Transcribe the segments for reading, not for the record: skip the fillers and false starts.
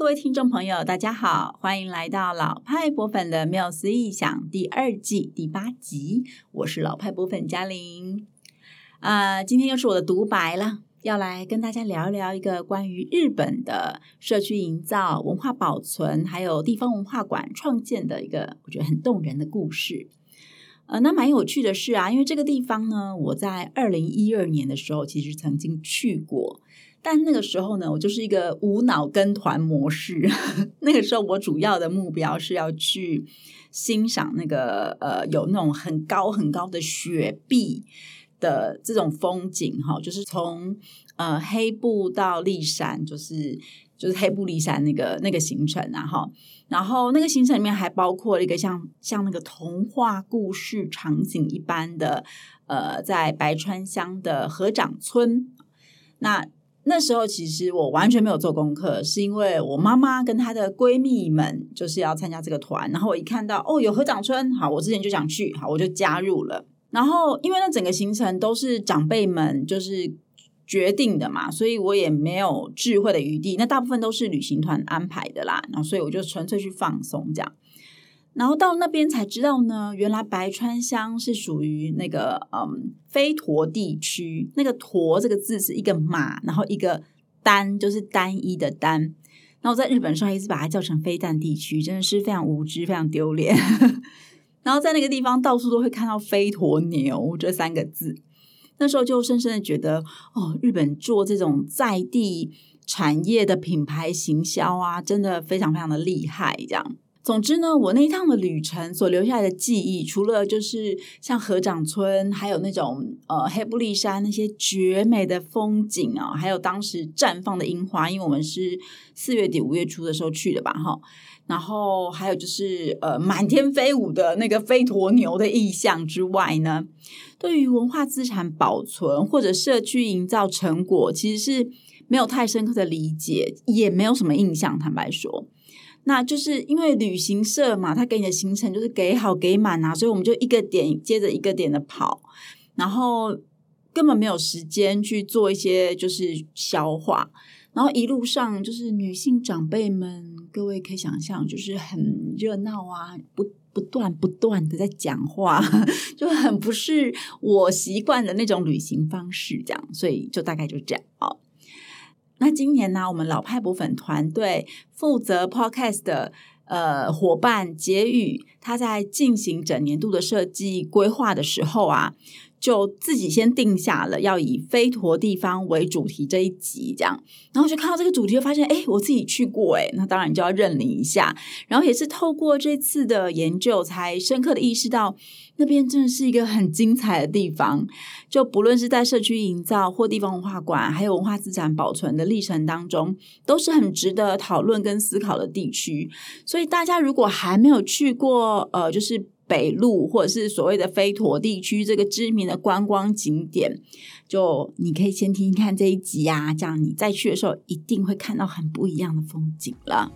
位听众朋友大家好，欢迎来到老派博粉的缪斯异想第2季第8集，我是老派博粉嘉玲。今天又是我的独白了，要来跟大家聊一聊一个关于日本的社区营造、文化保存还有地方文化馆创建的一个我觉得很动人的故事。那蛮有趣的是因为这个地方呢，我在2012年的时候其实曾经去过，但那个时候呢，我就是一个无脑跟团模式那个时候我主要的目标是要去欣赏那个有那种很高很高的雪壁的这种风景就是从黑部到立山，就是黑部立山那个行程然后那个行程里面还包括了一个像那个童话故事场景一般的在白川乡的合掌村。那时候其实我完全没有做功课，是因为我妈妈跟她的闺蜜们就是要参加这个团，然后我一看到有合掌村，好，我之前就想去，好，我就加入了。然后因为那整个行程都是长辈们就是决定的嘛，所以我也没有智慧的余地，那大部分都是旅行团安排的啦，然后所以我就纯粹去放松这样。然后到那边才知道呢，原来白川乡是属于那个飞陀地区，那个陀这个字是一个马，然后一个单就是单一的单，然后在日本时候一直把它叫成飞弹地区，真的是非常无知非常丢脸然后在那个地方到处都会看到飞陀牛这3个字，那时候就深深的觉得日本做这种在地产业的品牌行销真的非常非常的厉害这样。总之呢，我那一趟的旅程所留下来的记忆，除了就是像合掌村还有那种黑部立山那些绝美的风景还有当时绽放的樱花，因为我们是4月底5月初的时候去的吧然后还有就是满天飞舞的那个飞陀牛的意象之外呢，对于文化资产保存或者社区营造成果其实是没有太深刻的理解，也没有什么印象，坦白说。那就是因为旅行社嘛，他给你的行程就是给好给满所以我们就一个点接着一个点的跑，然后根本没有时间去做一些就是消化，然后一路上就是女性长辈们，各位可以想象就是很热闹不断的在讲话就很不是我习惯的那种旅行方式这样，所以就大概就这样那今年呢，我们老派博粉团队负责 podcast 的伙伴杰宇，他在进行整年度的设计规划的时候就自己先定下了要以飞陀地方为主题这一集这样，然后就看到这个主题就发现我自己去过那当然就要认领一下，然后也是透过这次的研究才深刻的意识到那边真的是一个很精彩的地方，就不论是在社区营造或地方文化馆还有文化资产保存的历程当中，都是很值得讨论跟思考的地区。所以大家如果还没有去过就是北路或者是所谓的飞陀地区这个知名的观光景点，就你可以先听听看这一集这样你再去的时候一定会看到很不一样的风景了。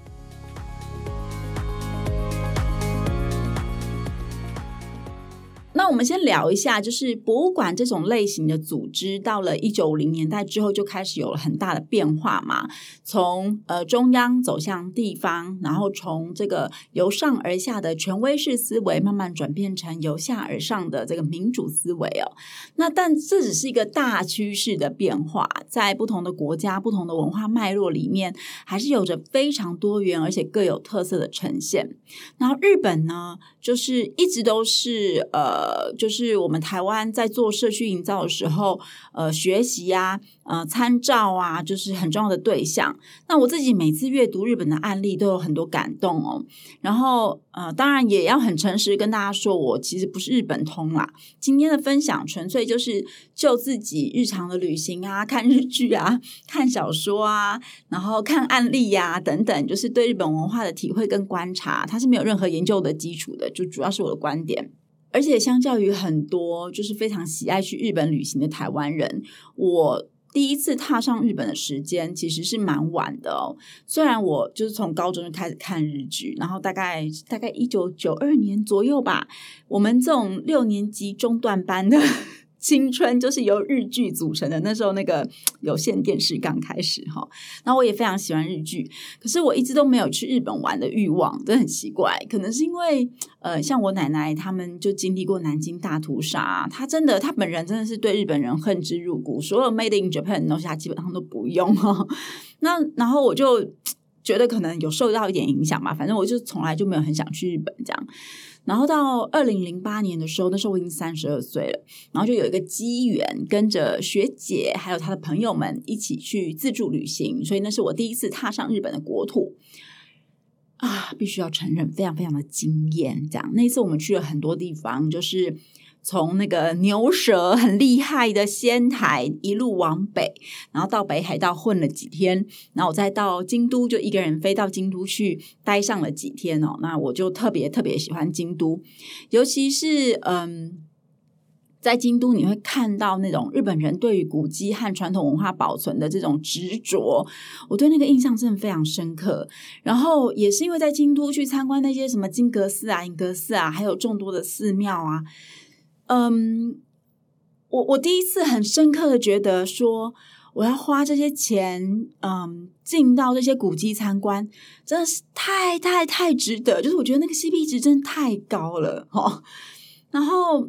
那我们先聊一下，就是博物馆这种类型的组织到了1950年代之后就开始有了很大的变化嘛，从中央走向地方，然后从这个由上而下的权威式思维慢慢转变成由下而上的这个民主思维那但这只是一个大趋势的变化，在不同的国家不同的文化脉络里面还是有着非常多元而且各有特色的呈现。然后日本呢就是一直都是就是我们台湾在做社区营造的时候学习参照就是很重要的对象。那我自己每次阅读日本的案例都有很多感动然后当然也要很诚实跟大家说，我其实不是日本通啦，今天的分享纯粹就是就自己日常的旅行看日剧看小说然后看案例等等，就是对日本文化的体会跟观察，它是没有任何研究的基础的，就主要是我的观点。而且相较于很多就是非常喜爱去日本旅行的台湾人，我第一次踏上日本的时间其实是蛮晚的虽然我就是从高中就开始看日剧，然后大概1992年左右吧，我们这种6年级中段班的青春就是由日剧组成的，那时候那个有线电视刚开始哈，然后我也非常喜欢日剧，可是我一直都没有去日本玩的欲望，真的很奇怪，可能是因为像我奶奶他们就经历过南京大屠杀，她本人真的是对日本人恨之入骨，所有 Made in Japan 的东西她基本上都不用哈。那然后我就觉得可能有受到一点影响吧，反正我就从来就没有很想去日本这样。然后到2008年的时候，那时候我已经32岁了，然后就有一个机缘跟着学姐还有她的朋友们一起去自助旅行，所以那是我第一次踏上日本的国土啊，必须要承认非常非常的惊艳。这样那一次我们去了很多地方，就是从那个牛舌很厉害的仙台一路往北，然后到北海道混了几天，然后我再到京都，就一个人飞到京都去待上了几天哦。那我就特别特别喜欢京都，尤其是在京都你会看到那种日本人对于古迹和传统文化保存的这种执着，我对那个印象真的非常深刻。然后也是因为在京都去参观那些什么金阁寺啊、银阁寺啊，还有众多的寺庙啊，我第一次很深刻的觉得说，我要花这些钱，进到这些古迹参观，真的是太值得。就是我觉得那个 CP 值真的太高了齁。然后，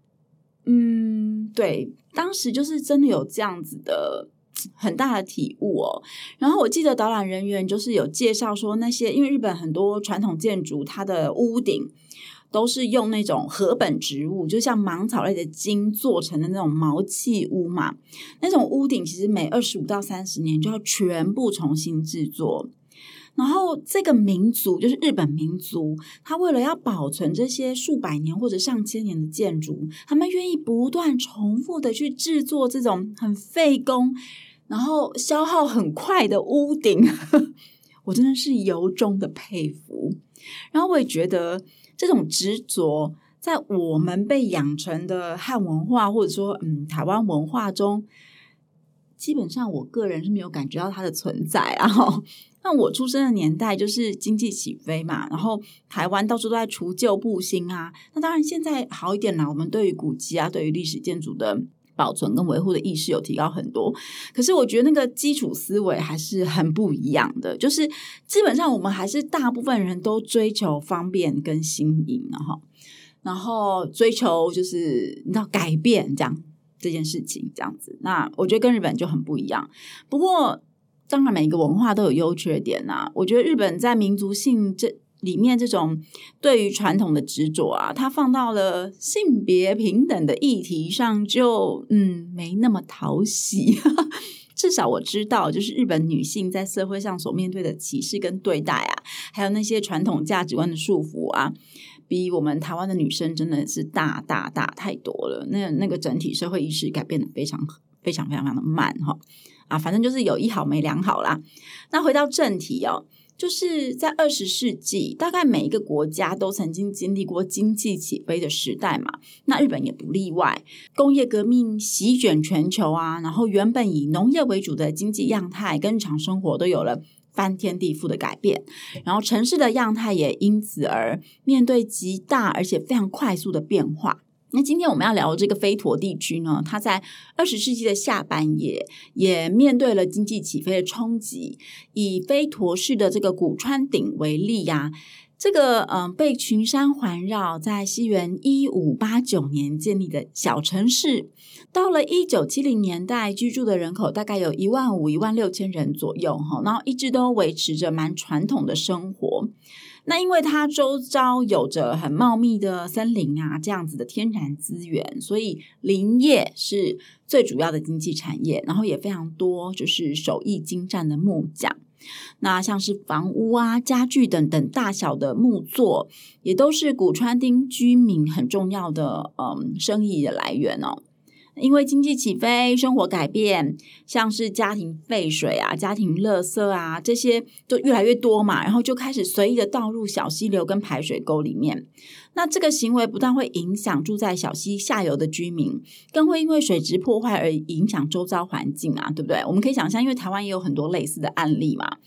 对，当时就是真的有这样子的很大的体悟哦。然后我记得导览人员就是有介绍说，那些因为日本很多传统建筑，它的屋顶都是用那种禾本植物，就像芒草类的茎做成的那种茅砌屋嘛。那种屋顶其实每25到30年就要全部重新制作。然后这个民族就是日本民族，他为了要保存这些数百年或者上千年的建筑，他们愿意不断重复的去制作这种很费工然后消耗很快的屋顶我真的是由衷的佩服。然后我也觉得这种执着在我们被养成的汉文化或者说台湾文化中，基本上我个人是没有感觉到它的存在啊。那我出生的年代就是经济起飞嘛，然后台湾到处都在除旧布新啊。那当然现在好一点啦，我们对于古迹啊，对于历史建筑的保存跟维护的意识有提高很多，可是我觉得那个基础思维还是很不一样的，就是基本上我们还是大部分人都追求方便跟新颖，然后追求就是你知道改变这件事情这样子。那我觉得跟日本就很不一样。不过当然每个文化都有优缺点啊，我觉得日本在民族性这里面这种对于传统的执着啊，它放到了性别平等的议题上就没那么讨喜至少我知道就是日本女性在社会上所面对的歧视跟对待啊，还有那些传统价值观的束缚啊，比我们台湾的女生真的是大太多了。那个整体社会意识改变的非常的慢反正就是有一好没两好啦。那回到正题哦，就是在20世纪大概每一个国家都曾经经历过经济起飞的时代嘛，那日本也不例外。工业革命席卷全球啊，然后原本以农业为主的经济样态跟日常生活都有了翻天地覆的改变，然后城市的样态也因此而面对极大而且非常快速的变化。那今天我们要聊的这个飞陀地区呢，它在20世纪的下半叶也面对了经济起飞的冲击。以飞陀市的这个古川町为例啊，这个被群山环绕，在西元1589年建立的小城市，到了1970年代居住的人口大概有15000、16000人左右，然后一直都维持着蛮传统的生活。那因为它周遭有着很茂密的森林啊，这样子的天然资源，所以林业是最主要的经济产业，然后也非常多就是手艺精湛的木匠。那像是房屋啊、家具等等大小的木作，也都是古川町居民很重要的生意的来源哦。因为经济起飞，生活改变，像是家庭废水啊、家庭垃圾啊，这些就越来越多嘛，然后就开始随意的倒入小溪流跟排水沟里面。那这个行为不但会影响住在小溪下游的居民，更会因为水质破坏而影响周遭环境啊，对不对？我们可以想象，因为台湾也有很多类似的案例嘛。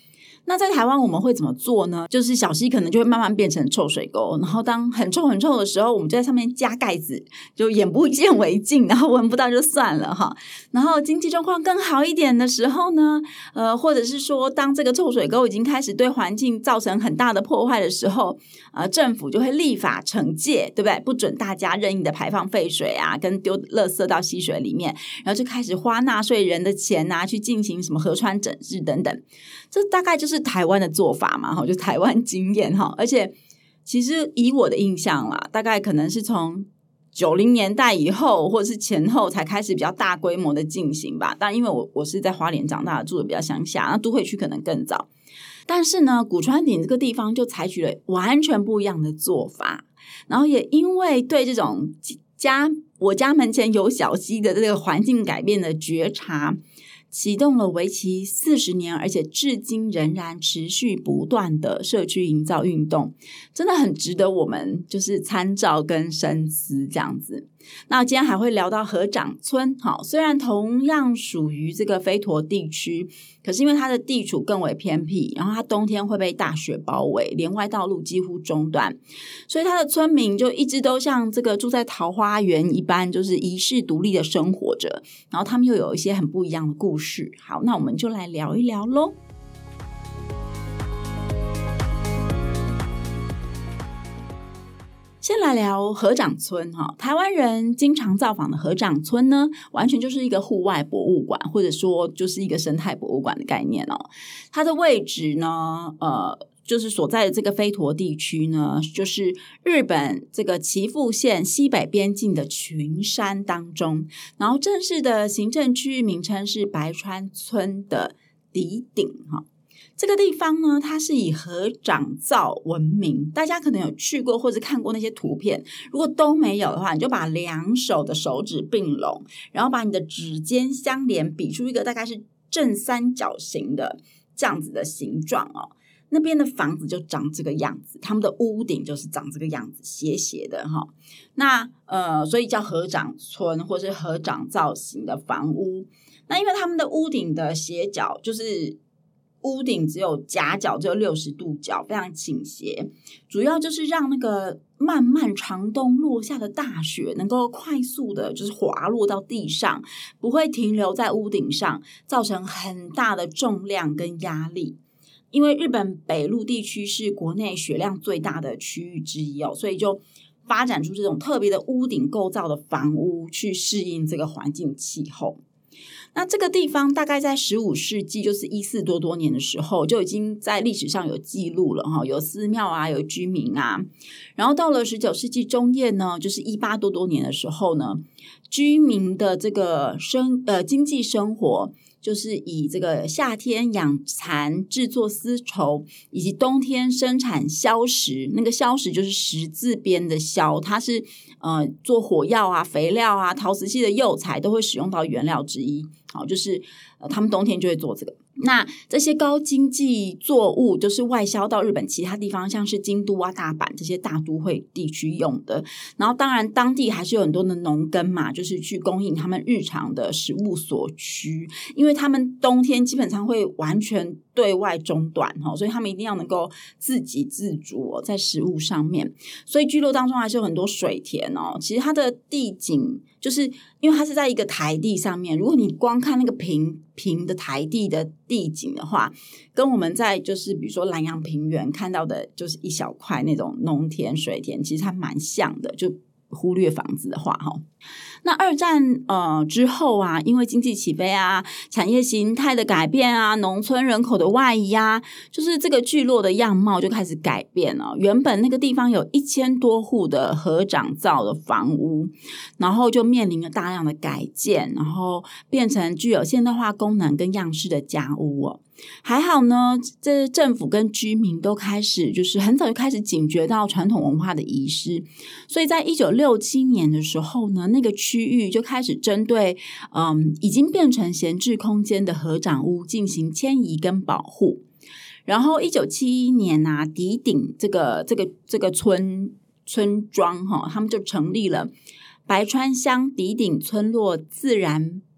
那在台湾我们会怎么做呢？就是小溪可能就会慢慢变成臭水沟，然后当很臭很臭的时候，我们就在上面加盖子，就眼不见为净，然后闻不到就算了哈。然后经济状况更好一点的时候呢，或者是说当这个臭水沟已经开始对环境造成很大的破坏的时候，政府就会立法惩戒，对不对？不准大家任意的排放废水啊，跟丢垃圾到溪水里面，然后就开始花纳税人的钱啊，去进行什么河川整治等等。这大概就是台湾的做法嘛，就是台湾经验哈。而且其实以我的印象啦，大概可能是从90年代以后或者是前后才开始比较大规模的进行吧。但因为我是在花莲长大的，住的比较乡下，那都会区可能更早。但是呢，古川町这个地方就采取了完全不一样的做法，然后也因为对这种我家门前有小溪的这个环境改变的觉察，启动了为期40年而且至今仍然持续不断的社区营造运动，真的很值得我们就是参照跟深思这样子。那今天还会聊到河长村，虽然同样属于这个飞陀地区，可是因为它的地处更为偏僻，然后它冬天会被大雪包围，连外道路几乎中断，所以它的村民就一直都像这个住在桃花源一般，就是遗世独立的生活着，然后他们又有一些很不一样的故事。好，那我们就来聊一聊咯。先来聊河长村台湾人经常造访的河长村呢，完全就是一个户外博物馆，或者说就是一个生态博物馆的概念它的位置呢就是所在的这个飞陀地区呢，就是日本这个岐阜县西北边境的群山当中，然后正式的行政区域名称是白川村的底顶这个地方呢，它是以河长造闻名，大家可能有去过或者看过那些图片，如果都没有的话，你就把2手的手指并拢，然后把你的指尖相连，比出一个大概是正三角形的这样子的形状那边的房子就长这个样子，他们的屋顶就是长这个样子，斜斜的那所以叫河长村或是河长造型的房屋。那因为他们的屋顶的斜角就是屋顶只有夹角，只有60度角，非常倾斜，主要就是让那个漫漫长冬落下的大雪能够快速的就是滑落到地上，不会停留在屋顶上，造成很大的重量跟压力。因为日本北陆地区是国内雪量最大的区域之一所以就发展出这种特别的屋顶构造的房屋，去适应这个环境气候。那这个地方大概在15世纪，就是14多年的时候，就已经在历史上有记录了有寺庙啊，有居民啊。然后到了19世纪中叶呢，就是18多年的时候呢，居民的这个经济生活就是以这个夏天养蚕制作丝绸，以及冬天生产硝石，那个硝石就是石字边的硝，它是做火药啊、肥料啊、陶瓷器的釉材都会使用到原料之一。就是他们冬天就会做这个。那这些高经济作物就是外销到日本其他地方，像是京都啊、大阪这些大都会地区用的。然后当然当地还是有很多的农耕嘛，就是去供应他们日常的食物所需，因为他们冬天基本上会完全对外中断所以他们一定要能够自给自足在食物上面。所以聚落当中还是有很多水田其实它的地景就是因为它是在一个台地上面，如果你光看那个平的台地的地景的话，跟我们在就是比如说南洋平原看到的就是一小块那种农田水田，其实它蛮像的，就忽略房子的话那二战之后啊，因为经济起飞啊，产业形态的改变啊，农村人口的外移啊，就是这个聚落的样貌就开始改变了。原本那个地方有1000多户的河长造的房屋，然后就面临了大量的改建，然后变成具有现代化功能跟样式的家屋还好呢，这政府跟居民都开始就是很早就开始警觉到传统文化的遗失，所以在1967年的时候呢，那个区域就开始针对已经变成闲置空间的河长屋进行迁移跟保护。然后1971年啊，底顶这个村庄他们就成立了白川乡底顶村落自然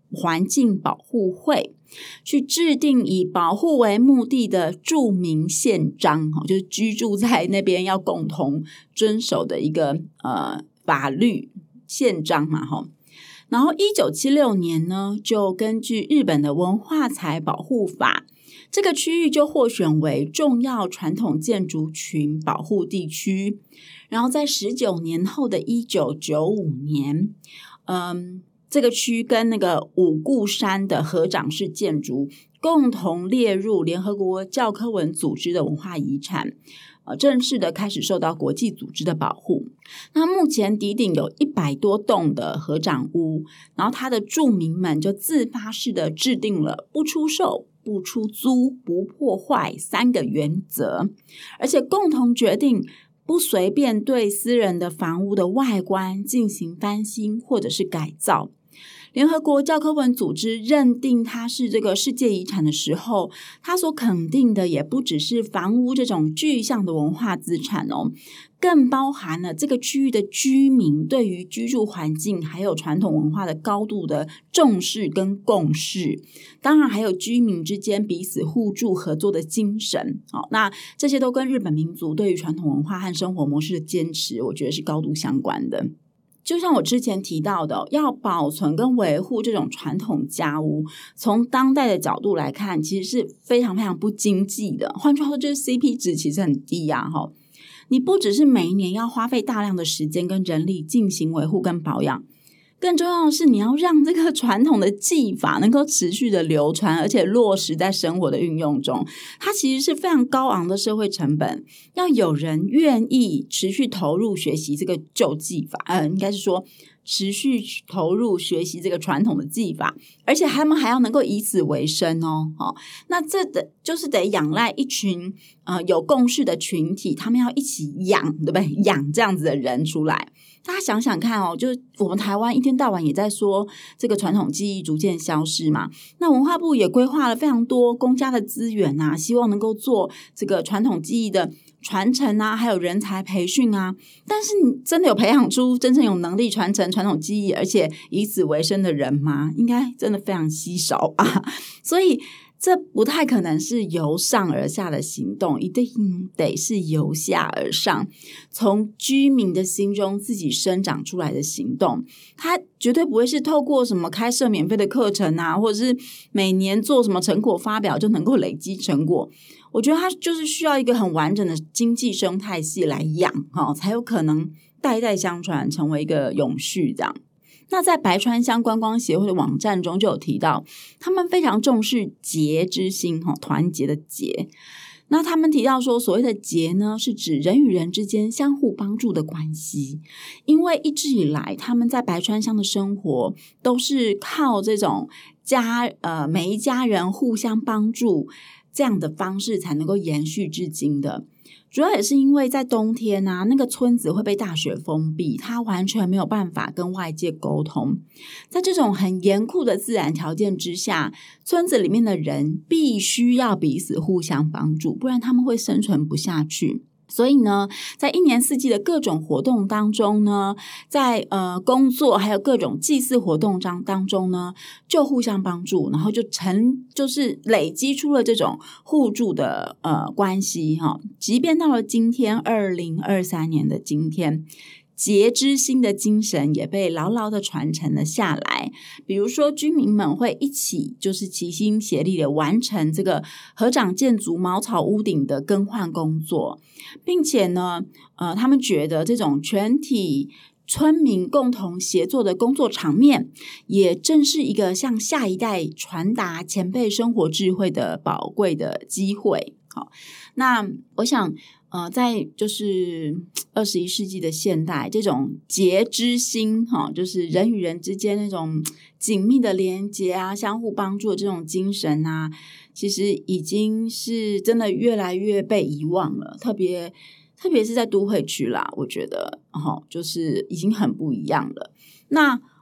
环境保护会去制定以保护为目的的著名宪章，就是居住在那边要共同遵守的一个法律宪章嘛。然后1976年呢，就根据日本的文化财保护法，这个区域就获选为重要传统建筑群保护地区。然后在19年后的1995年，这个区跟那个五固山的合掌式建筑共同列入联合国教科文组织的文化遗产，正式的开始受到国际组织的保护。那目前迪顶有100多栋的合掌屋，然后它的住民们就自发式的制定了不出售、不出租、不破坏3个原则，而且共同决定不随便对私人的房屋的外观进行翻新或者是改造。联合国教科文组织认定它是这个世界遗产的时候，它所肯定的也不只是房屋这种具象的文化资产更包含了这个区域的居民对于居住环境还有传统文化的高度的重视跟共识，当然还有居民之间彼此互助合作的精神。那这些都跟日本民族对于传统文化和生活模式的坚持，我觉得是高度相关的。就像我之前提到的，要保存跟维护这种传统家屋，从当代的角度来看，其实是非常非常不经济的。换句话说，就是 CP 值其实很低啊。你不只是每一年要花费大量的时间跟人力进行维护跟保养，更重要的是你要让这个传统的技法能够持续的流传，而且落实在生活的运用中。它其实是非常高昂的社会成本，要有人愿意持续投入学习这个旧技法，应该是说持续投入学习这个传统的技法，而且他们还要能够以此为生那这就是得仰赖一群有共识的群体，他们要一起养，对不对？养这样子的人出来。大家想想看就是我们台湾一天到晚也在说这个传统技艺逐渐消失嘛，那文化部也规划了非常多公家的资源啊，希望能够做这个传统技艺的传承啊，还有人才培训啊，但是你真的有培养出真正有能力传承传统技艺而且以此为生的人吗？应该真的非常稀少吧。所以这不太可能是由上而下的行动，一定得是由下而上，从居民的心中自己生长出来的行动。它绝对不会是透过什么开设免费的课程啊，或者是每年做什么成果发表就能够累积成果。我觉得它就是需要一个很完整的经济生态系来养才有可能代代相传，成为一个永续这样。那在白川乡观光协会的网站中就有提到，他们非常重视节之心，团结的节。那他们提到说，所谓的节呢，是指人与人之间相互帮助的关系。因为一直以来他们在白川乡的生活都是靠这种每一家人互相帮助这样的方式才能够延续至今的。主要也是因为在冬天那个村子会被大雪封闭，它完全没有办法跟外界沟通。在这种很严酷的自然条件之下，村子里面的人必须要彼此互相帮助，不然他们会生存不下去。所以呢，在一年四季的各种活动当中呢，在工作还有各种祭祀活动当中呢，就互相帮助，然后就是累积出了这种互助的关系即便到了今天2023年的今天，节之心的精神也被牢牢的传承了下来。比如说居民们会一起就是齐心协力的完成这个合掌建筑茅草屋顶的更换工作，并且呢他们觉得这种全体村民共同协作的工作场面，也正是一个向下一代传达前辈生活智慧的宝贵的机会。那我想在就是21世纪的现代，这种节之心就是人与人之间那种紧密的连结啊，相互帮助的这种精神啊，其实已经是真的越来越被遗忘了，特别是在都会区啦，我觉得就是已经很不一样了。那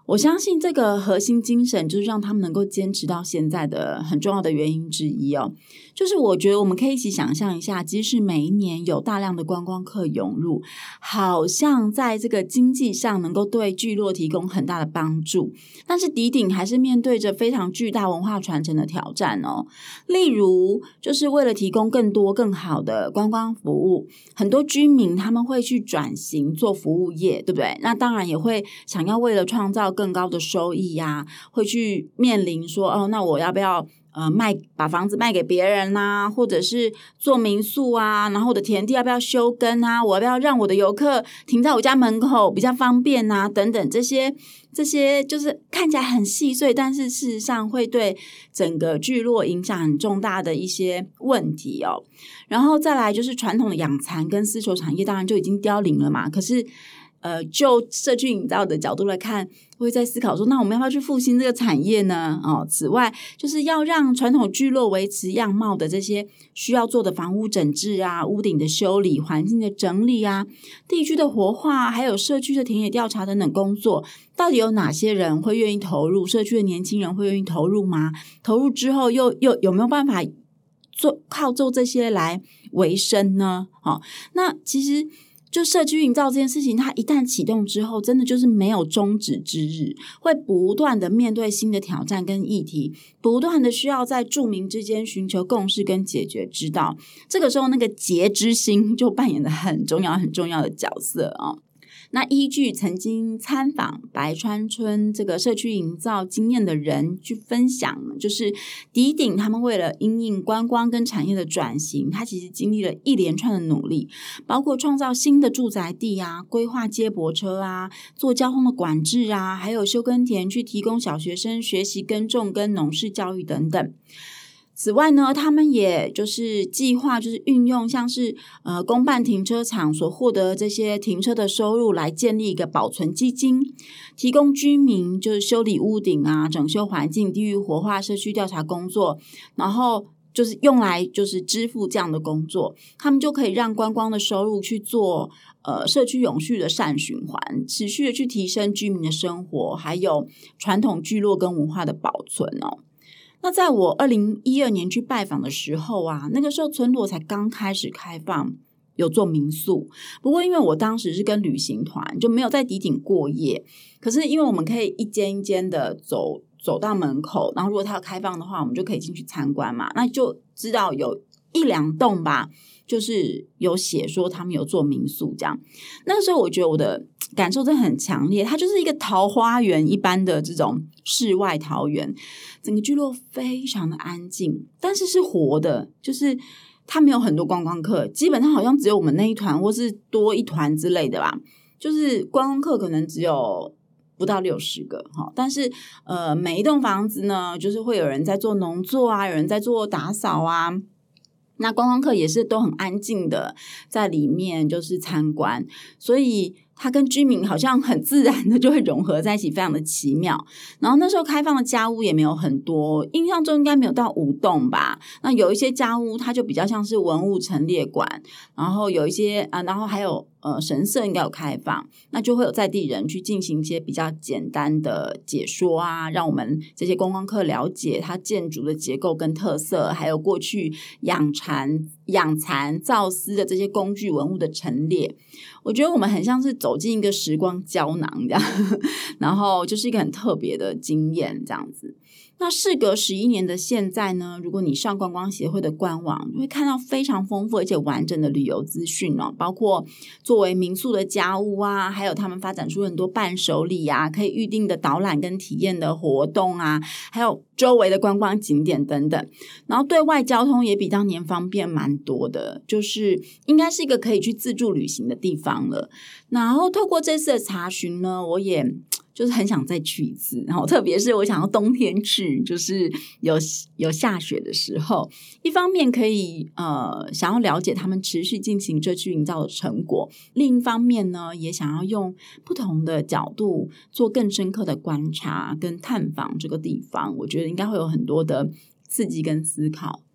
我相信这个核心精神就是让他们能够坚持到现在的很重要的原因之一哦。就是我觉得我们可以一起想象一下，即使每一年有大量的观光客涌入，好像在这个经济上能够对聚落提供很大的帮助，但是迪鼎还是面对着非常巨大文化传承的挑战哦。例如就是为了提供更多更好的观光服务，很多居民他们会去转型做服务业，对不对？那当然也会想要为了创造更高的收益啊，会去面临说那我要不要把房子卖给别人啊，或者是做民宿啊，然后我的田地要不要休耕啊，我要不要让我的游客停在我家门口比较方便啊，等等这些就是看起来很细碎，但是事实上会对整个聚落影响很重大的一些问题哦。然后再来就是传统的养蚕跟丝绸产业当然就已经凋零了嘛，可是就社区营造的角度来看，会在思考说那我们要不要去复兴这个产业呢？此外就是要让传统聚落维持样貌的这些需要做的房屋整治啊，屋顶的修理，环境的整理啊，地区的活化，还有社区的田野调查等等工作，到底有哪些人会愿意投入？社区的年轻人会愿意投入吗？投入之后又有没有办法靠做这些来维生呢？那其实就社区营造这件事情，它一旦启动之后，真的就是没有终止之日，会不断的面对新的挑战跟议题，不断的需要在住民之间寻求共识跟解决之道。这个时候那个节之心就扮演了很重要很重要的角色哦。那依据曾经参访白川村这个社区营造经验的人去分享，就是迪鼎他们为了因应观光跟产业的转型，他其实经历了一连串的努力，包括创造新的住宅地啊，规划接驳车啊，做交通的管制啊，还有休耕田去提供小学生学习耕种跟农事教育等等。此外呢，他们也就是计划就是运用像是公办停车场所获得这些停车的收入来建立一个保存基金，提供居民就是修理屋顶啊，整修环境，地域活化，社区调查工作，然后就是用来就是支付这样的工作，他们就可以让观光的收入去做社区永续的善循环，持续的去提升居民的生活，还有传统聚落跟文化的保存哦。那在我2012年去拜访的时候啊，那个时候村落才刚开始开放有做民宿，不过因为我当时是跟旅行团，就没有在迪鼎过夜，可是因为我们可以一间一间的走到门口，然后如果它要开放的话，我们就可以进去参观嘛，那就知道有1-2栋吧，就是有写说他们有做民宿这样。那个时候我觉得我的感受真的很强烈，它就是一个桃花源一般的这种世外桃源，整个聚落非常的安静，但是是活的，就是它没有很多观光客，基本上好像只有我们那一团或是多一团之类的吧，就是观光客可能只有不到60个，但是每一栋房子呢，就是会有人在做农作啊，有人在做打扫啊，那观光客也是都很安静的在里面就是参观，所以它跟居民好像很自然的就会融合在一起，非常的奇妙。然后那时候开放的家屋也没有很多，印象中应该没有到5栋吧。那有一些家屋它就比较像是文物陈列馆，然后有一些然后还有神社应该有开放，那就会有在地人去进行一些比较简单的解说啊，让我们这些观光客了解它建筑的结构跟特色，还有过去养蚕造丝的这些工具文物的陈列。我觉得我们很像是走进一个时光胶囊这样，然后就是一个很特别的经验这样子。那事隔11年的现在呢，如果你上观光协会的官网，你会看到非常丰富而且完整的旅游资讯哦，包括作为民宿的家屋啊，还有他们发展出很多伴手礼啊，可以预定的导览跟体验的活动啊，还有周围的观光景点等等。然后对外交通也比当年方便蛮多的，就是应该是一个可以去自助旅行的地方了。然后透过这次的查询呢，我也就是很想再去一次，然后特别是我想要冬天去，就是有下雪的时候，一方面可以想要了解他们持续进行社区营造的成果，另一方面呢也想要用不同的角度做更深刻的观察跟探访这个地方，我觉得应该会有很多的刺激跟思考。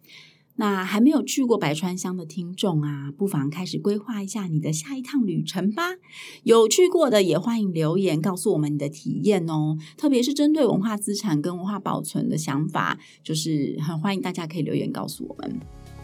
那还没有去过白川乡的听众啊，不妨开始规划一下你的下一趟旅程吧。有去过的也欢迎留言告诉我们你的体验哦，特别是针对文化资产跟文化保存的想法，就是很欢迎大家可以留言告诉我们。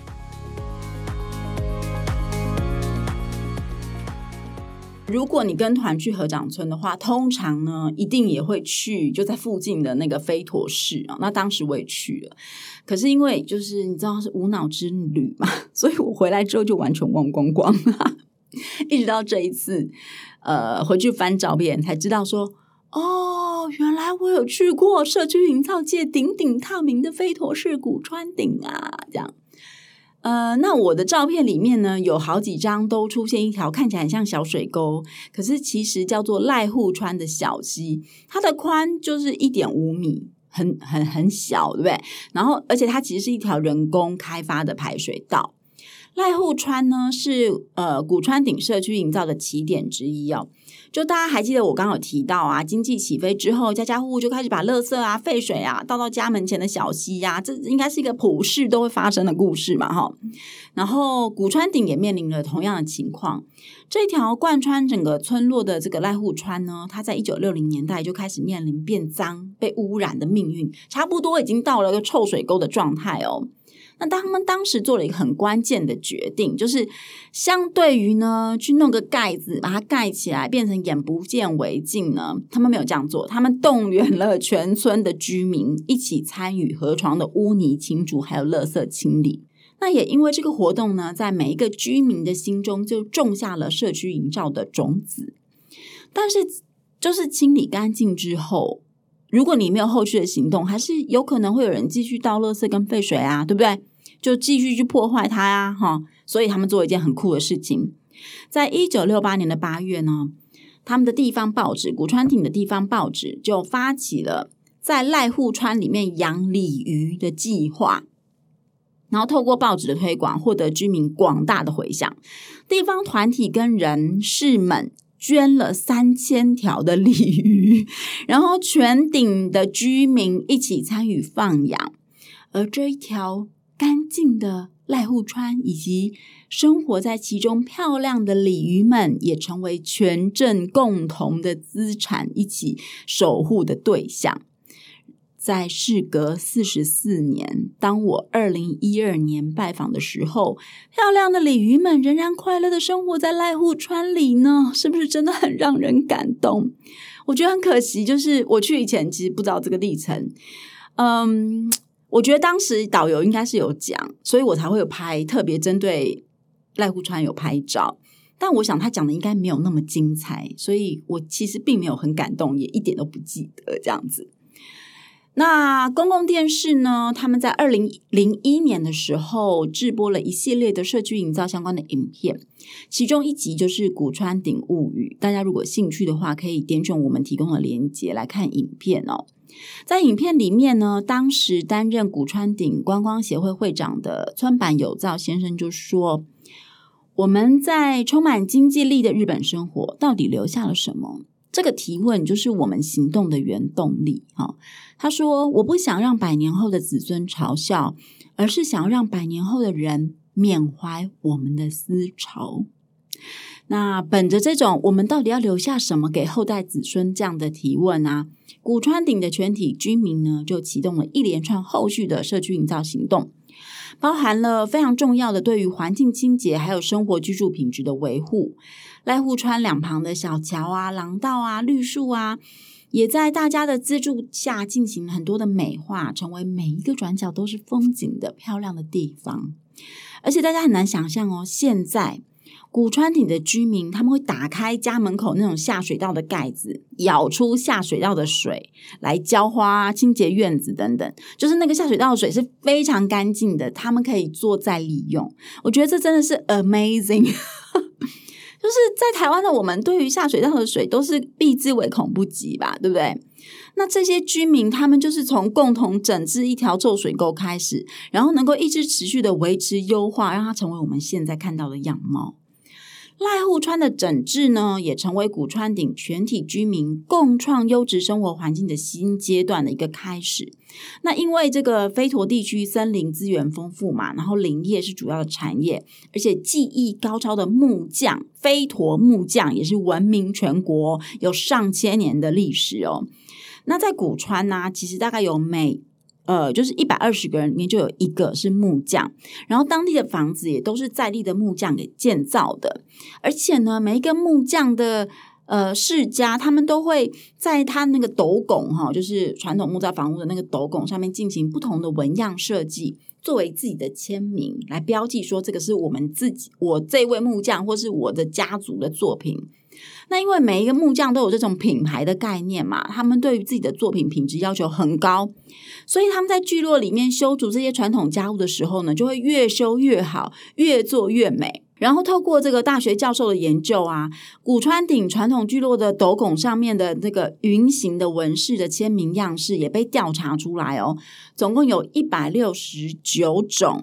如果你跟团去合掌村的话，通常呢一定也会去就在附近的那个飞陀寺啊。那当时我也去了，可是因为就是你知道是无脑之旅嘛，所以我回来之后就完全忘光光一直到这一次回去翻照片才知道说，哦，原来我有去过社区营造界鼎鼎大名的飞陀寺古川町啊，这样。那我的照片里面呢，有好几张都出现一条看起来很像小水沟，可是其实叫做濑户川的小溪，它的宽就是 1.5 米，很小，对不对？然后而且它其实是一条人工开发的排水道。濑户川呢是古川町社区营造的起点之一哦。就大家还记得我刚刚有提到啊，经济起飞之后，家家户户就开始把垃圾啊、废水啊倒到家门前的小溪啊，这应该是一个普世都会发生的故事嘛，哈。然后古川町也面临了同样的情况。这条贯穿整个村落的这个濑户川呢，它在1960年代就开始面临变脏、被污染的命运，差不多已经到了一个臭水沟的状态哦。那他们当时做了一个很关键的决定，就是相对于呢去弄个盖子把它盖起来变成眼不见为净呢，他们没有这样做，他们动员了全村的居民一起参与河床的污泥清除还有垃圾清理。那也因为这个活动呢，在每一个居民的心中就种下了社区营造的种子。但是就是清理干净之后，如果你没有后续的行动，还是有可能会有人继续倒垃圾跟废水啊，对不对？就继续去破坏它啊，所以他们做一件很酷的事情。在1968年的8月呢，他们的地方报纸古川町的地方报纸就发起了在濑户川里面养鲤鱼的计划，然后透过报纸的推广获得居民广大的回响。地方团体跟人士们捐了3000条的鲤鱼，然后全町的居民一起参与放养。而这一条干净的濑户川以及生活在其中漂亮的鲤鱼们也成为全镇共同的资产，一起守护的对象。在事隔44年，当我2012年拜访的时候，漂亮的鲤鱼们仍然快乐的生活在濑户川里呢，是不是真的很让人感动？我觉得很可惜，就是我去以前其实不知道这个历程。我觉得当时导游应该是有讲，所以我才会有拍，特别针对濑户川有拍照。但我想他讲的应该没有那么精彩，所以我其实并没有很感动，也一点都不记得这样子。那公共电视呢，他们在2001年的时候制播了一系列的社区营造相关的影片，其中一集就是古川町物语。大家如果有兴趣的话，可以点选我们提供的连结来看影片哦。在影片里面呢，当时担任古川町观光协会会长的村坂有造先生就说，我们在充满经济力的日本生活到底留下了什么？这个提问就是我们行动的原动力。他说，我不想让100年后的子孙嘲笑，而是想让100年后的人缅怀我们的思潮。那本着这种我们到底要留下什么给后代子孙这样的提问啊，古川町的全体居民呢就启动了一连串后续的社区营造行动，包含了非常重要的对于环境清洁还有生活居住品质的维护。濑户川两旁的小桥啊、廊道啊、绿树啊，也在大家的资助下进行很多的美化，成为每一个转角都是风景的漂亮的地方。而且大家很难想象哦，现在古川町的居民他们会打开家门口那种下水道的盖子，舀出下水道的水来浇花、清洁院子等等，就是那个下水道的水是非常干净的，他们可以做再利用。我觉得这真的是 amazing 就是在台湾的我们对于下水道的水都是避之唯恐不及吧，对不对？那这些居民他们就是从共同整治一条臭水沟开始，然后能够一直持续的维持优化，让它成为我们现在看到的样貌。 濑户川的整治呢，也成为古川町全体居民共创优质生活环境的新阶段的一个开始。那因为这个飞陀地区森林资源丰富嘛，然后林业是主要的产业，而且技艺高超的木匠，飞陀木匠也是闻名全国，有上千年的历史哦。那在古川呢，其实大概有就是120个人里面就有一个是木匠，然后当地的房子也都是在地的木匠给建造的，而且呢，每一个木匠的世家，他们都会在他那个斗拱就是传统木造房屋的那个斗拱上面进行不同的纹样设计，作为自己的签名，来标记说这个是我这位木匠或是我的家族的作品。那因为每一个木匠都有这种品牌的概念嘛，他们对于自己的作品品质要求很高，所以他们在聚落里面修筑这些传统家屋的时候呢，就会越修越好，越做越美。然后透过这个大学教授的研究啊，古川町传统聚落的斗拱上面的这个云形的纹饰的签名样式也被调查出来哦，总共有169种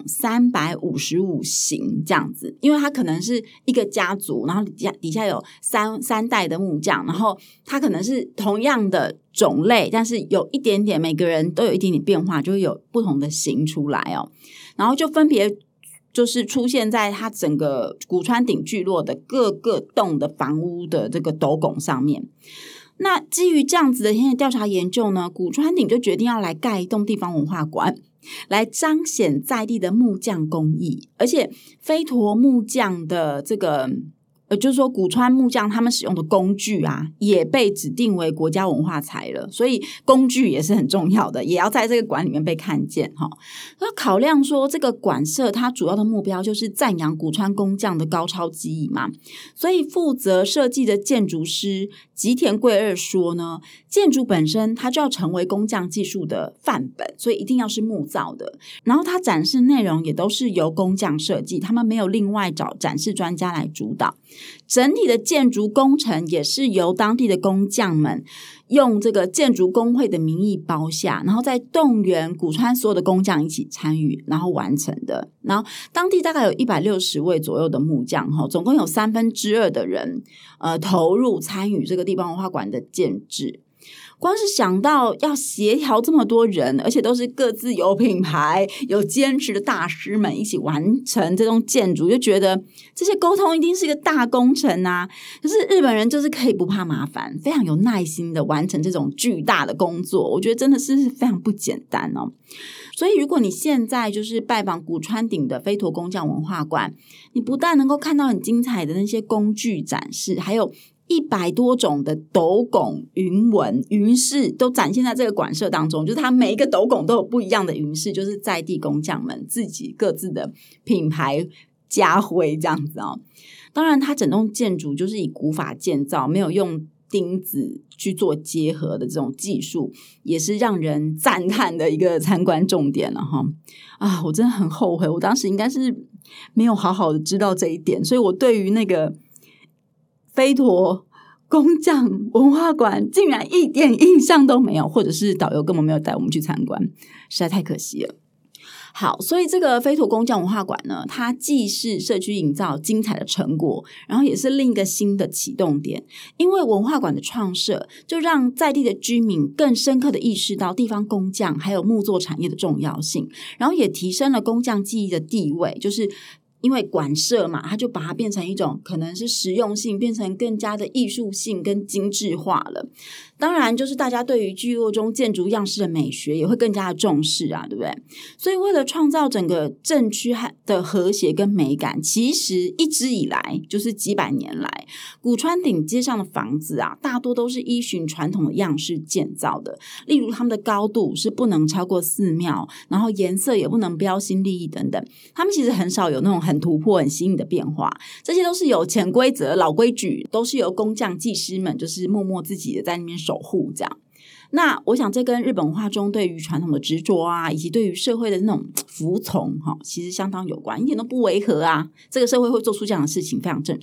355型这样子。因为它可能是一个家族，然后底下有三代的木匠，然后它可能是同样的种类，但是有一点点每个人都有一点点变化，就会有不同的型出来哦，然后就分别就是出现在它整个古川町聚落的各个栋的房屋的这个斗拱上面。那基于这样子的调查研究呢，古川町就决定要来盖一栋地方文化馆，来彰显在地的木匠工艺，而且飞陀木匠的这个就是说古川木匠他们使用的工具啊，也被指定为国家文化财了，所以工具也是很重要的，也要在这个馆里面被看见哈。那考量说这个馆舍它主要的目标就是赞扬古川工匠的高超技艺嘛，所以负责设计的建筑师吉田贵二说呢，建筑本身它就要成为工匠技术的范本，所以一定要是木造的，然后它展示内容也都是由工匠设计，他们没有另外找展示专家来主导，整体的建筑工程也是由当地的工匠们用这个建筑工会的名义包下，然后再动员古川所有的工匠一起参与，然后完成的。然后当地大概有160位左右的木匠，总共有2/3的人投入参与这个地方文化馆的建制。光是想到要协调这么多人，而且都是各自有品牌有坚持的大师们一起完成这栋建筑，就觉得这些沟通一定是一个大工程啊。可是日本人就是可以不怕麻烦，非常有耐心的完成这种巨大的工作，我觉得真的是非常不简单哦。所以如果你现在就是拜访古川町的飞陀工匠文化馆，你不但能够看到很精彩的那些工具展示，还有100多种的斗拱、云纹、云饰都展现在这个馆舍当中，就是它每一个斗拱都有不一样的云饰，就是在地工匠们自己各自的品牌家徽这样子哦。当然它整栋建筑就是以古法建造，没有用钉子去做结合的这种技术，也是让人赞叹的一个参观重点了哈。啊，我真的很后悔，我当时应该是没有好好的知道这一点，所以我对于那个飞陀工匠文化馆竟然一点印象都没有，或者是导游根本没有带我们去参观，实在太可惜了。好，所以这个飞陀工匠文化馆呢，它既是社区营造精彩的成果，然后也是另一个新的启动点。因为文化馆的创设，就让在地的居民更深刻的意识到地方工匠还有木作产业的重要性，然后也提升了工匠技艺的地位，就是因为馆舍嘛，它就把它变成一种可能是实用性，变成更加的艺术性跟精致化了。当然就是大家对于聚落中建筑样式的美学也会更加的重视啊，对不对？所以为了创造整个镇区的和谐跟美感，其实一直以来就是几百年来，古川町街上的房子啊，大多都是依循传统的样式建造的，例如他们的高度是不能超过寺庙，然后颜色也不能标新立异等等，他们其实很少有那种很突破很新颖的变化，这些都是有潜规则老规矩，都是由工匠技师们就是默默自己的在那边守护这样。那我想这跟日本文化中对于传统的执着啊，以及对于社会的那种服从其实相当有关，一点都不违和啊，这个社会会做出这样的事情非常正常。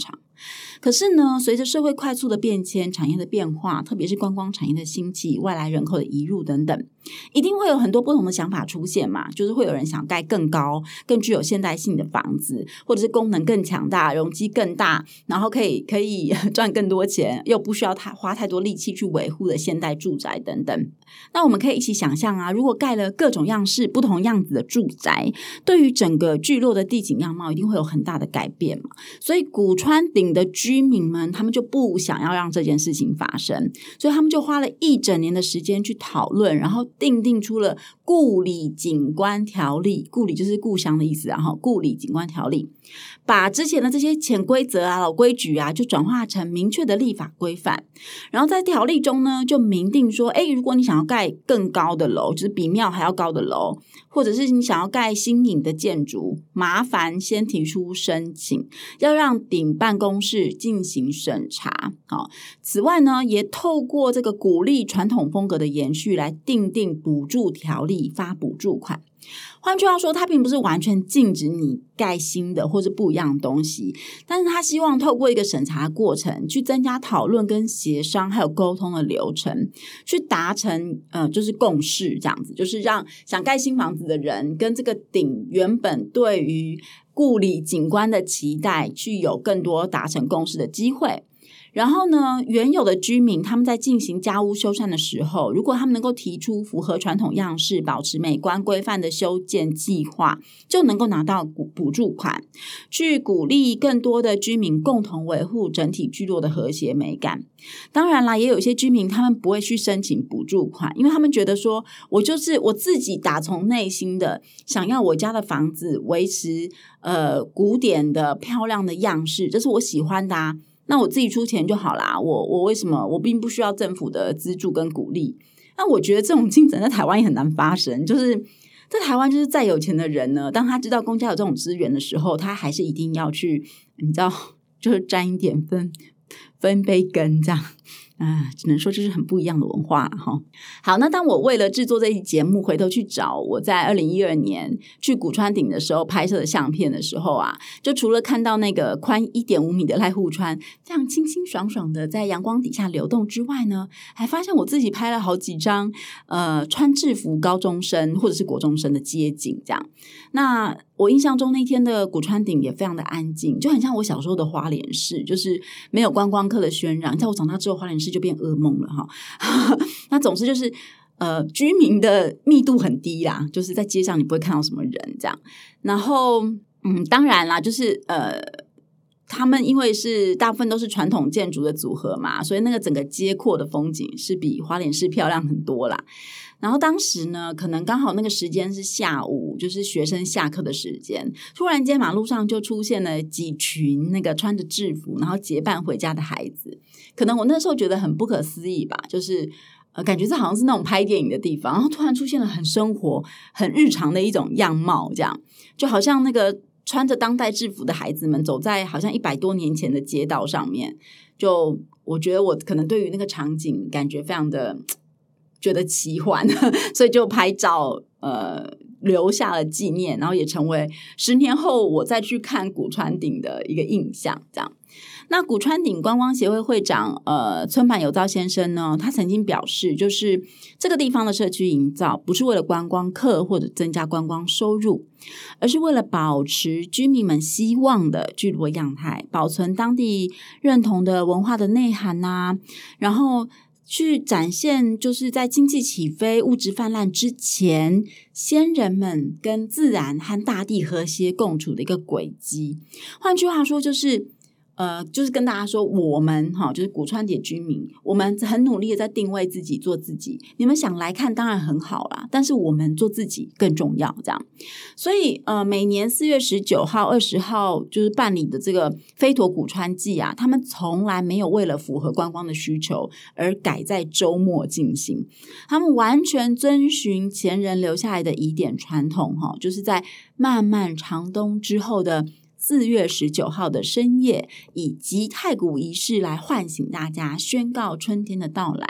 可是呢，随着社会快速的变迁，产业的变化，特别是观光产业的兴起，外来人口的移入等等，一定会有很多不同的想法出现嘛，就是会有人想盖更高更具有现代性的房子，或者是功能更强大，容积更大，然后可以赚更多钱，又不需要花太多力气去维护的现代住宅等等。那我们可以一起想象啊，如果盖了各种样式不同样子的住宅，对于整个聚落的地景样貌一定会有很大的改变嘛。所以古川町的居民们，他们就不想要让这件事情发生，所以他们就花了一整年的时间去讨论，然后订定出了故里景观条例。故里就是故乡的意思，然后故里景观条例把之前的这些潜规则啊、老规矩啊，就转化成明确的立法规范。然后在条例中呢，就明定说，如果你想要盖更高的楼，就是比庙还要高的楼，或者是你想要盖新颖的建筑，麻烦先提出申请，要让顶办公室进行审查。此外呢，也透过这个鼓励传统风格的延续来订定补助条例，发补助款。换句话说，它并不是完全禁止你盖新的或是不一样的东西，但是他希望透过一个审查过程去增加讨论跟协商还有沟通的流程，去达成就是共识，这样子就是让想盖新房子的人跟这个顶原本对于故里景观的期待去有更多达成共识的机会。然后呢，原有的居民他们在进行家屋修缮的时候，如果他们能够提出符合传统样式、保持美观规范的修建计划，就能够拿到补助款，去鼓励更多的居民共同维护整体聚落的和谐美感。当然啦，也有一些居民他们不会去申请补助款，因为他们觉得说，我就是我自己打从内心的想要我家的房子维持古典的漂亮的样式，这是我喜欢的啊。那我自己出钱就好啦，我为什么我并不需要政府的资助跟鼓励？那我觉得这种精神在台湾也很难发生，就是在台湾就是再有钱的人呢，当他知道公家有这种资源的时候，他还是一定要去，你知道，就是沾一点分杯羹这样。只能说这是很不一样的文化哈。好，那当我为了制作这期节目回头去找我在2012年去古川町的时候拍摄的相片的时候啊，就除了看到那个宽1.5米的濑户川这样清清爽爽的在阳光底下流动之外呢，还发现我自己拍了好几张穿制服高中生或者是国中生的街景这样。那我印象中那天的古川町也非常的安静，就很像我小时候的花莲市，就是没有观光客的渲染。在我长大之后，花莲市就变噩梦了哈。那总之就是居民的密度很低啦，就是在街上你不会看到什么人这样。然后当然啦，就是他们因为是大部分都是传统建筑的组合嘛，所以那个整个街廓的风景是比花莲市漂亮很多啦。然后当时呢，可能刚好那个时间是下午，就是学生下课的时间，突然间马路上就出现了几群那个穿着制服然后结伴回家的孩子。可能我那时候觉得很不可思议吧，就是感觉这好像是那种拍电影的地方，然后突然出现了很生活很日常的一种样貌，这样就好像那个穿着当代制服的孩子们走在好像100多年前的街道上面。就我觉得我可能对于那个场景感觉非常的觉得奇幻，所以就拍照留下了纪念，然后也成为10年后我再去看古川町的一个印象这样。那古川町观光协会会长村坂由造先生呢，他曾经表示，就是这个地方的社区营造不是为了观光客或者增加观光收入，而是为了保持居民们希望的聚落样态，保存当地认同的文化的内涵啊，然后去展现就是在经济起飞、物质泛滥之前，先人们跟自然和大地和谐共处的一个轨迹。换句话说，就是跟大家说，我们就是古川町居民，我们很努力的在定位自己，做自己。你们想来看当然很好啦，但是我们做自己更重要这样。所以每年4月19号、20号就是办理的这个飞陀古川祭啊，他们从来没有为了符合观光的需求而改在周末进行，他们完全遵循前人留下来的仪典传统，就是在漫漫长冬之后的4月19号的深夜，以及太鼓仪式来唤醒大家，宣告春天的到来。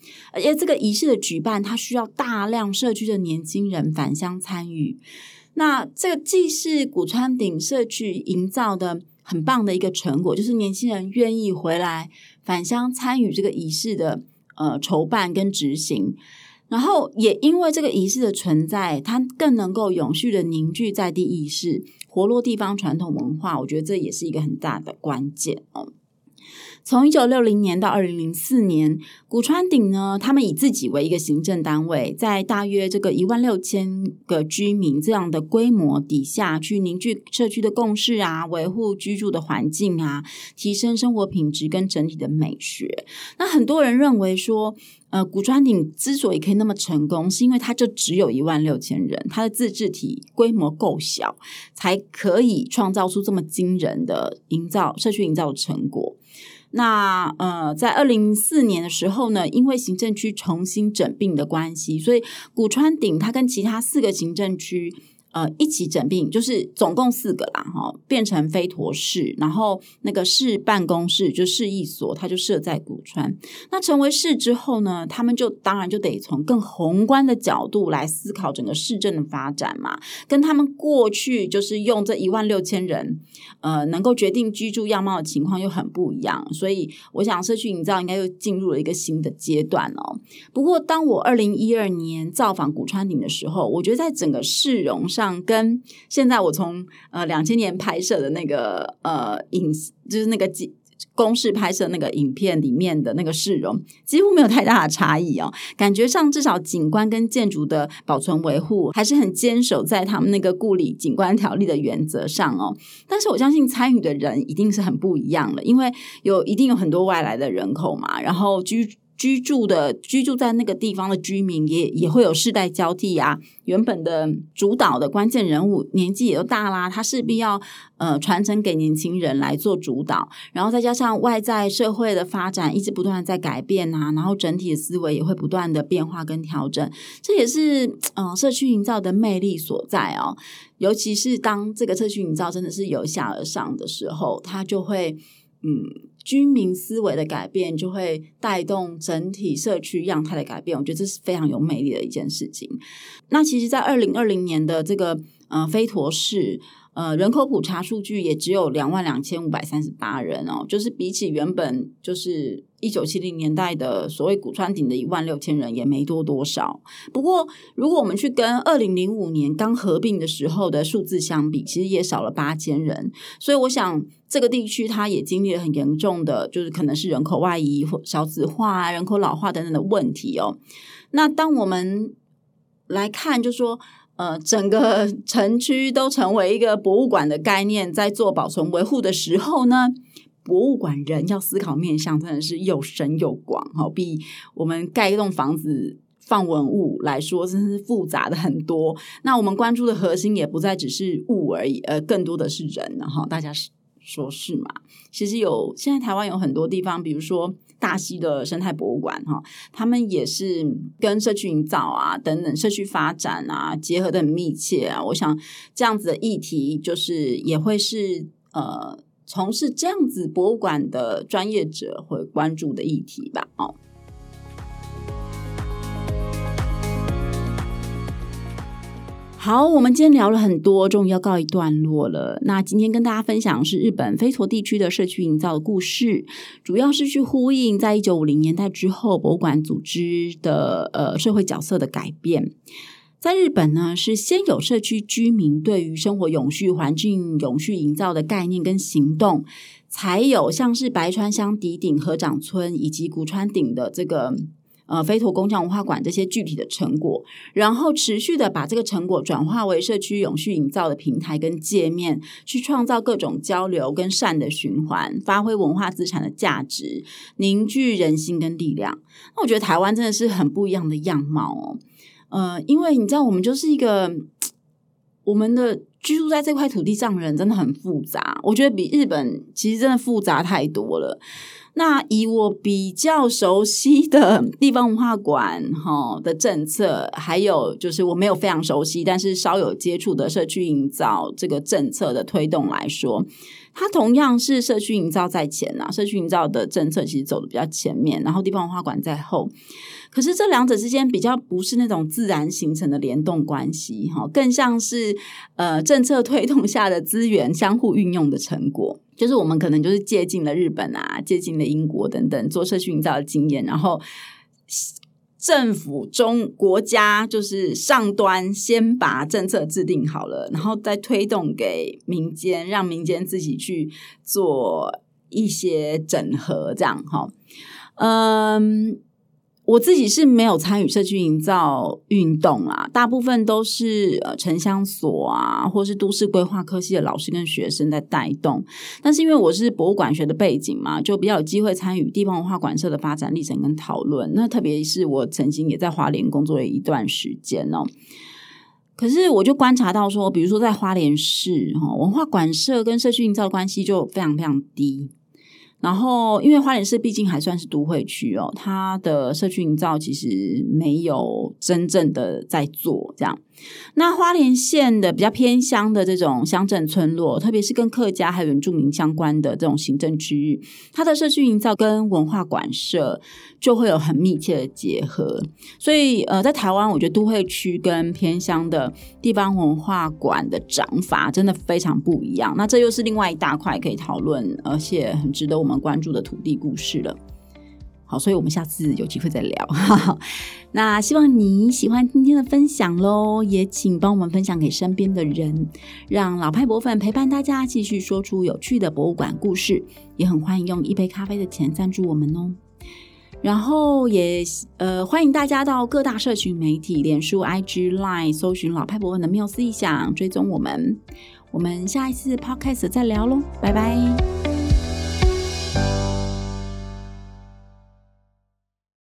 而且这个仪式的举办，它需要大量社区的年轻人返乡参与。那这个既是古川町社区营造的很棒的一个成果，就是年轻人愿意回来返乡参与这个仪式的筹办跟执行。然后也因为这个仪式的存在，它更能够永续的凝聚在地意识，活络地方传统文化，我觉得这也是一个很大的关键哦。从1960年到2004年，古川町呢，他们以自己为一个行政单位，在大约这个16000个居民这样的规模底下，去凝聚社区的共识啊，维护居住的环境啊，提升生活品质跟整体的美学。那很多人认为说，古川町之所以可以那么成功，是因为它就只有16000人，它的自治体规模够小，才可以创造出这么惊人的社区营造的成果。那在2004年的时候呢，因为行政区重新整并的关系，所以古川町它跟其他4个行政区一起整并，就是总共4个啦，变成飞陀市，然后那个市办公室就市役所，它就设在古川。那成为市之后呢，他们就当然就得从更宏观的角度来思考整个市政的发展嘛，跟他们过去就是用这16000人能够决定居住样貌的情况又很不一样，所以我想社区营造应该又进入了一个新的阶段哦。不过当我2012年造访古川町的时候，我觉得在整个市容上跟现在我从2000年拍摄的那个就是那个公视拍摄那个影片里面的那个市容几乎没有太大的差异哦，感觉上至少景观跟建筑的保存维护还是很坚守在他们那个故里景观条例的原则上哦。但是我相信参与的人一定是很不一样了，因为一定有很多外来的人口嘛，然后居住在那个地方的居民也会有世代交替啊，原本的主导的关键人物年纪也都大啦，他势必要传承给年轻人来做主导，然后再加上外在社会的发展一直不断的在改变啊，然后整体的思维也会不断的变化跟调整，这也是社区营造的魅力所在哦。尤其是当这个社区营造真的是由下而上的时候，它就会居民思维的改变就会带动整体社区样态的改变，我觉得这是非常有魅力的一件事情。那其实在2020年的这个飞陀市人口普查数据也只有22538人哦，就是比起原本就是1970年代的所谓古川町的16000人也没多少。不过如果我们去跟2005年刚合并的时候的数字相比，其实也少了8000人，所以我想这个地区它也经历了很严重的就是可能是人口外移、少子化、人口老化等等的问题哦。那当我们来看就是说整个城区都成为一个博物馆的概念在做保存维护的时候呢，博物馆人要思考面向真的是又深又广，比我们盖一栋房子放文物来说真是复杂的很多。那我们关注的核心也不再只是物而已，更多的是人，大家说是嘛？其实现在台湾有很多地方，比如说大溪的生态博物馆他们也是跟社区营造啊等等社区发展啊结合的很密切啊。我想这样子的议题就是也会是从事这样子博物馆的专业者会关注的议题吧。好，我们今天聊了很多，终于要告一段落了。那今天跟大家分享的是日本飞陀地区的社区营造的故事，主要是去呼应在1950年代之后博物馆组织的社会角色的改变。在日本呢，是先有社区居民对于生活永续、环境永续营造的概念跟行动，才有像是白川乡底町合掌村以及古川町的这个飞陀工匠文化馆这些具体的成果，然后持续的把这个成果转化为社区永续营造的平台跟界面，去创造各种交流跟善的循环，发挥文化资产的价值，凝聚人心跟力量。那我觉得台湾真的是很不一样的样貌哦。因为你知道我们就是我们的居住在这块土地上的人真的很复杂，我觉得比日本其实真的复杂太多了。 那以我比较熟悉的地方文化馆的政策，还有就是我没有非常熟悉但是稍有接触的社区营造这个政策的推动来说，它同样是社区营造在前啊，社区营造的政策其实走得比较前面，然后地方文化馆在后。可是这两者之间比较不是那种自然形成的联动关系，更像是政策推动下的资源相互运用的成果。就是我们可能就是借鉴了日本啊，借鉴了英国等等做社区营造的经验，然后政府国家就是上端先把政策制定好了，然后再推动给民间，让民间自己去做一些整合这样。我自己是没有参与社区营造运动啦，大部分都是城乡所啊，或是都市规划科系的老师跟学生在带动。但是因为我是博物馆学的背景嘛，就比较有机会参与地方文化馆舍的发展历程跟讨论。那特别是我曾经也在花莲工作了一段时间哦。可是我就观察到说，比如说在花莲市文化馆舍跟社区营造的关系就非常非常低。然后因为花莲市毕竟还算是都会区哦，它的社区营造其实没有真正的在做这样。那花莲县的比较偏乡的这种乡镇村落，特别是跟客家还有原住民相关的这种行政区域，它的社区营造跟文化馆舍就会有很密切的结合。所以在台湾我觉得都会区跟偏乡的地方文化馆的掌法真的非常不一样。那这又是另外一大块可以讨论而且很值得我们关注的土地故事了。好，所以我们下次有机会再聊。那希望你喜欢今天的分享咯，也请帮我们分享给身边的人，让老派博粉陪伴大家继续说出有趣的博物馆故事，也很欢迎用一杯咖啡的钱赞助我们哦。然后也欢迎大家到各大社群媒体脸书 IG Line 搜寻老派博粉的缪斯意想，追踪我们。我们下一次 Podcast 再聊咯，拜拜。